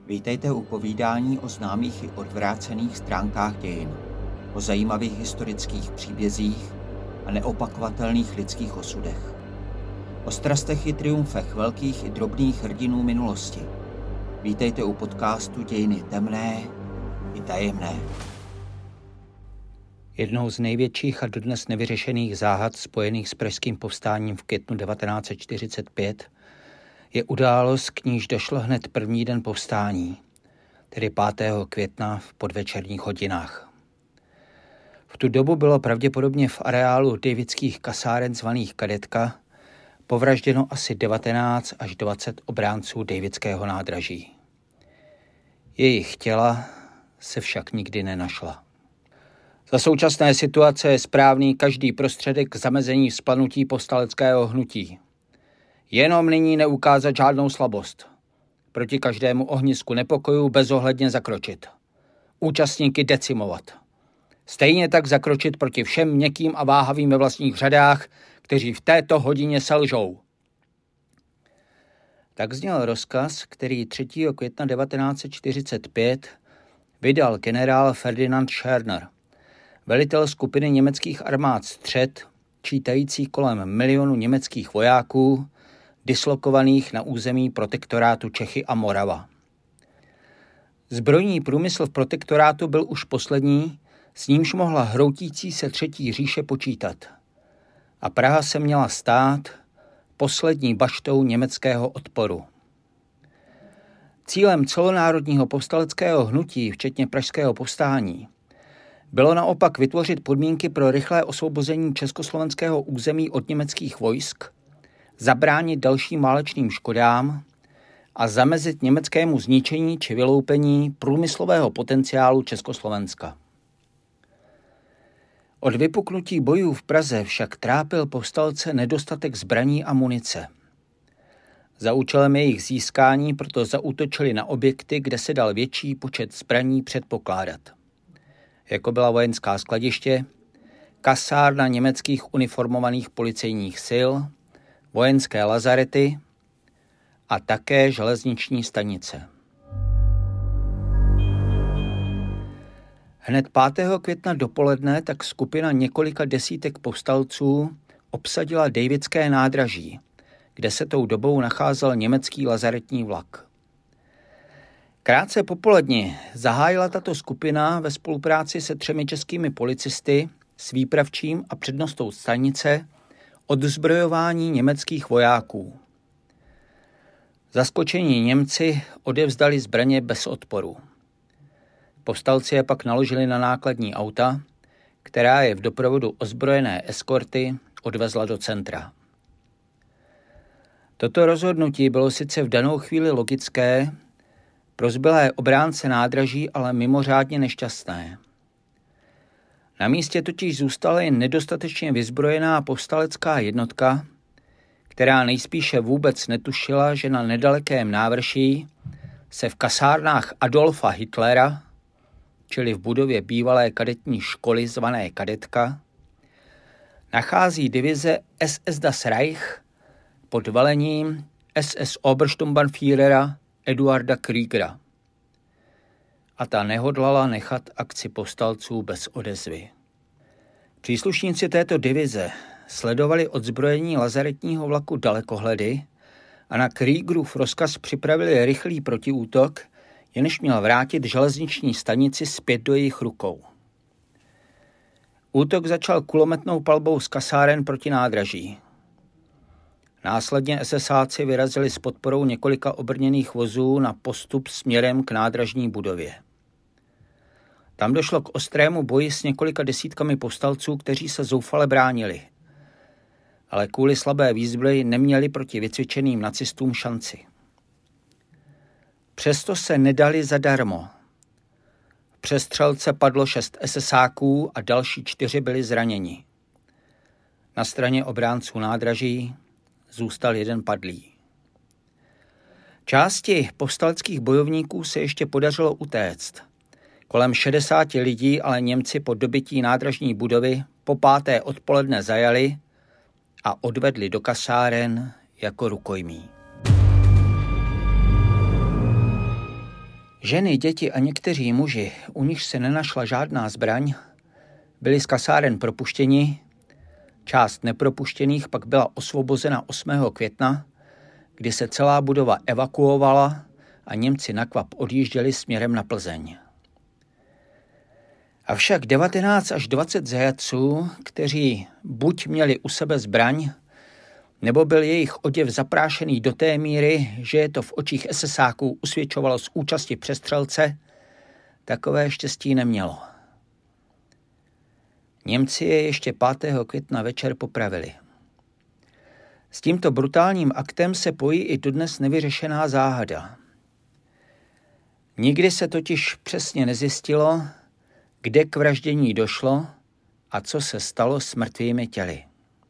Vítejte u povídání o známých i odvrácených stránkách dějin, o zajímavých historických příbězích a neopakovatelných lidských osudech. O strastech i triumfech velkých i drobných hrdinů minulosti. Vítejte u podcastu Dějiny temné i tajemné. Jednou z největších a dodnes nevyřešených záhad spojených s pražským povstáním v květnu 1945 je událost, k níž došlo hned první den povstání, tedy 5. května v podvečerních hodinách. V tu dobu bylo pravděpodobně v areálu davidských kasáren zvaných Kadetka povražděno asi 19 až 20 obránců davidského nádraží. Jejich těla se však nikdy nenašla. Za současné situace je správný každý prostředek k zamezení vzplanutí povstaleckého hnutí. Jenom nyní neukázat žádnou slabost. Proti každému ohnisku nepokojů bezohledně zakročit. Účastníky decimovat. Stejně tak zakročit proti všem měkkým a váhavým ve vlastních řadách, kteří v této hodině selžou. Tak zněl rozkaz, který 3. května 1945 vydal generál Ferdinand Schörner, velitel skupiny německých armád Střed, čítající kolem 1 milionu německých vojáků, dislokovaných na území protektorátu Čechy a Morava. Zbrojní průmysl v protektorátu byl už poslední, s nímž mohla hroutící se Třetí říše počítat. A Praha se měla stát poslední baštou německého odporu. Cílem celonárodního povstaleckého hnutí, včetně pražského povstání, bylo naopak vytvořit podmínky pro rychlé osvobození československého území od německých vojsk, zabránit dalším válečným škodám a zamezit německému zničení či vyloupení průmyslového potenciálu Československa. Od vypuknutí bojů v Praze však trápil povstalce nedostatek zbraní a munice. Za účelem jejich získání proto zaútočili na objekty, kde se dal větší počet zbraní předpokládat, jako byla vojenská skladiště, kasárna německých uniformovaných policejních sil, vojenské lazarety a také železniční stanice. Hned 5. května dopoledne tak skupina několika desítek povstalců obsadila davidské nádraží, kde se tou dobou nacházel německý lazaretní vlak. Krátce popoledni zahájila tato skupina ve spolupráci se 3 českými policisty s výpravčím a přednostou stanice odzbrojování německých vojáků. Zaskočení Němci odevzdali zbraně bez odporu. Povstalci je pak naložili na nákladní auta, která je v doprovodu ozbrojené eskorty odvezla do centra. Toto rozhodnutí bylo sice v danou chvíli logické, pro zbylé obránce nádraží ale mimořádně nešťastné. Na místě totiž zůstala jen nedostatečně vyzbrojená povstalecká jednotka, která nejspíše vůbec netušila, že na nedalekém návrší se v kasárnách Adolfa Hitlera, čili v budově bývalé kadetní školy zvané Kadetka, nachází divize SS Das Reich pod velením SS Obersturmbannführera Eduarda Kriegera. A ta nehodlala nechat akci povstalců bez odezvy. Příslušníci této divize sledovali odzbrojení lazaretního vlaku dalekohledy a na Kriegerův rozkaz připravili rychlý protiútok, jenž měl vrátit železniční stanici zpět do jejich rukou. Útok začal kulometnou palbou z kasáren proti nádraží. Následně SSáci vyrazili s podporou několika obrněných vozů na postup směrem k nádražní budově. Tam došlo k ostrému boji s několika desítkami povstalců, kteří se zoufale bránili. Ale kvůli slabé výzbroji neměli proti vycvičeným nacistům šanci. Přesto se nedali zadarmo. V přestřelce padlo 6 SSáků a další 4 byli zraněni. Na straně obránců nádraží zůstal 1 padlý. Části povstaleckých bojovníků se ještě podařilo utéct. Kolem 60 lidí ale Němci po dobytí nádražní budovy po 5. odpoledne zajali a odvedli do kasáren jako rukojmí. Ženy, děti a někteří muži, u nich se nenašla žádná zbraň, byli z kasáren propuštěni, část nepropuštěných pak byla osvobozena 8. května, kdy se celá budova evakuovala a Němci na kvap odjížděli směrem na Plzeň. Avšak 19 až 20 zajatců, kteří buď měli u sebe zbraň, nebo byl jejich oděv zaprášený do té míry, že je to v očích SSáků usvědčovalo z účasti přestřelce, takové štěstí nemělo. Němci je ještě 5. května večer popravili. S tímto brutálním aktem se pojí i dodnes nevyřešená záhada. Nikdy se totiž přesně nezjistilo, kde k vraždění došlo a co se stalo s mrtvými těly.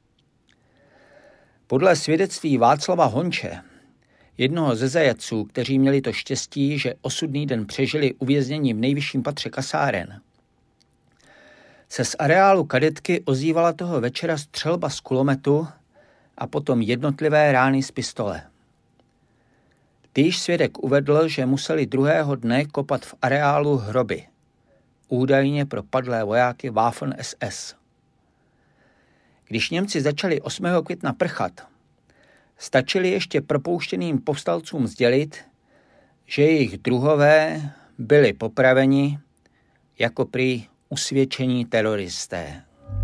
Podle svědectví Václava Honče, jednoho ze zajatců, kteří měli to štěstí, že osudný den přežili uvěznění v nejvyšším patře kasáren, se z areálu kadetky ozývala toho večera střelba z kulometu a potom jednotlivé rány z pistole. Týž svědek uvedl, že museli druhého dne kopat v areálu hroby, údajně pro padlé vojáky Waffen SS. Když Němci začali 8. května prchat, stačili ještě propouštěným povstalcům sdělit, že jejich druhové byli popraveni jako prý usvědčení teroristé.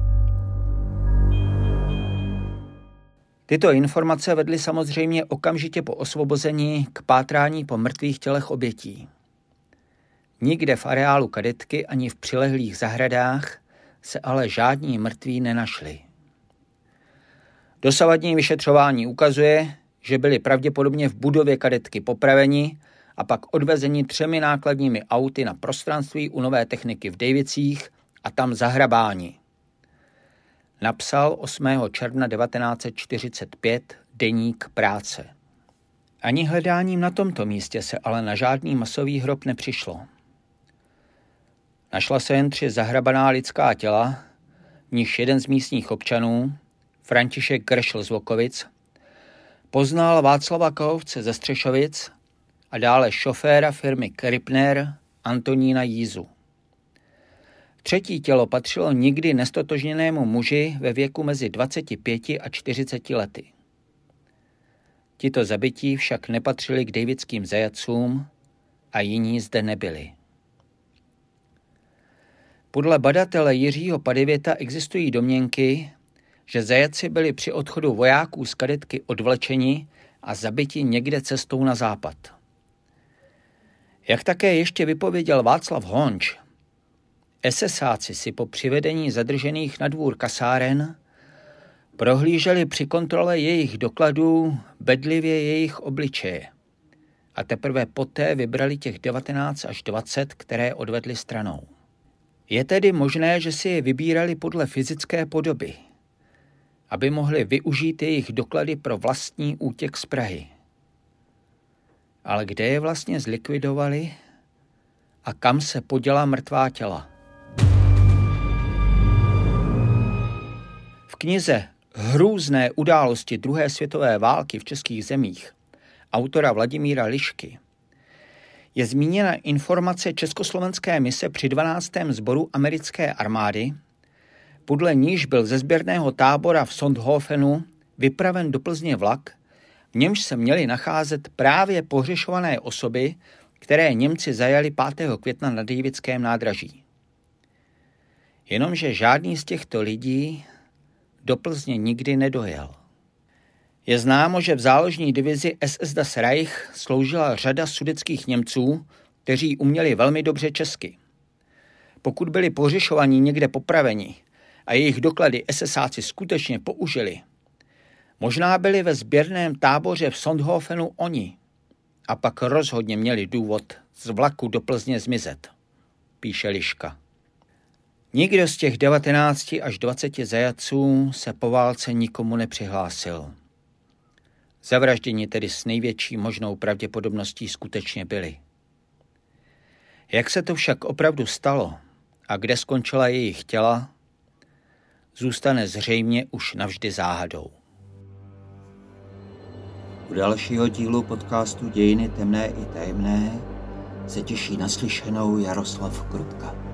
Tyto informace vedly samozřejmě okamžitě po osvobození k pátrání po mrtvých tělech obětí. Nikde v areálu kadetky ani v přilehlých zahradách se ale žádní mrtví nenašli. Dosavadní vyšetřování ukazuje, že byli pravděpodobně v budově kadetky popraveni a pak odvezeni 3 nákladními auty na prostranství u Nové techniky v Dejvicích a tam zahrabáni. Napsal 8. června 1945 deník Práce. Ani hledáním na tomto místě se ale na žádný masový hrob nepřišlo. Našla se jen 3 zahrabaná lidská těla, v nichž jeden z místních občanů, František Gršl z Vokovic, poznal Václava Kahovce ze Střešovic a dále šoféra firmy Kripner Antonína Jízu. 3. tělo patřilo nikdy nestotožněnému muži ve věku mezi 25 a 40 lety. Tito zabití však nepatřili k dejvickým zajatcům a jiní zde nebyli. Podle badatele Jiřího Padevěta existují domněnky, že zajatci byli při odchodu vojáků z kadetky odvlečeni a zabiti někde cestou na západ. Jak také ještě vypověděl Václav Honč, SSáci si po přivedení zadržených na dvůr kasáren prohlíželi při kontrole jejich dokladů bedlivě jejich obličeje a teprve poté vybrali těch 19 až 20, které odvedli stranou. Je tedy možné, že si je vybírali podle fyzické podoby, aby mohli využít jejich doklady pro vlastní útěk z Prahy. Ale kde je vlastně zlikvidovali a kam se poděla mrtvá těla? V knize Hrůzné události druhé světové války v českých zemích autora Vladimíra Lišky je zmíněna informace československé mise při 12. sboru americké armády, podle níž byl ze sběrného tábora v Sonthofenu vypraven do Plzně vlak, v němž se měly nacházet právě pohřešované osoby, které Němci zajali 5. května na Dejvickém nádraží. Jenomže žádný z těchto lidí do Plzně nikdy nedojel. Je známo, že v záložní divizi SS Das Reich sloužila řada sudetských Němců, kteří uměli velmi dobře česky. Pokud byli pohřešovaní někde popraveni a jejich doklady SSáci skutečně použili, možná byli ve sběrném táboře v Sonthofenu oni a pak rozhodně měli důvod z vlaku do Plzně zmizet, píše Liška. Nikdo z těch 19 až 20 zajatců se po válce nikomu nepřihlásil. Zavražděni tedy s největší možnou pravděpodobností skutečně byli. Jak se to však opravdu stalo a kde skončila jejich těla, zůstane zřejmě už navždy záhadou. U dalšího dílu podcastu Dějiny temné i tajemné se těší naslyšenou Jaroslav Krutka.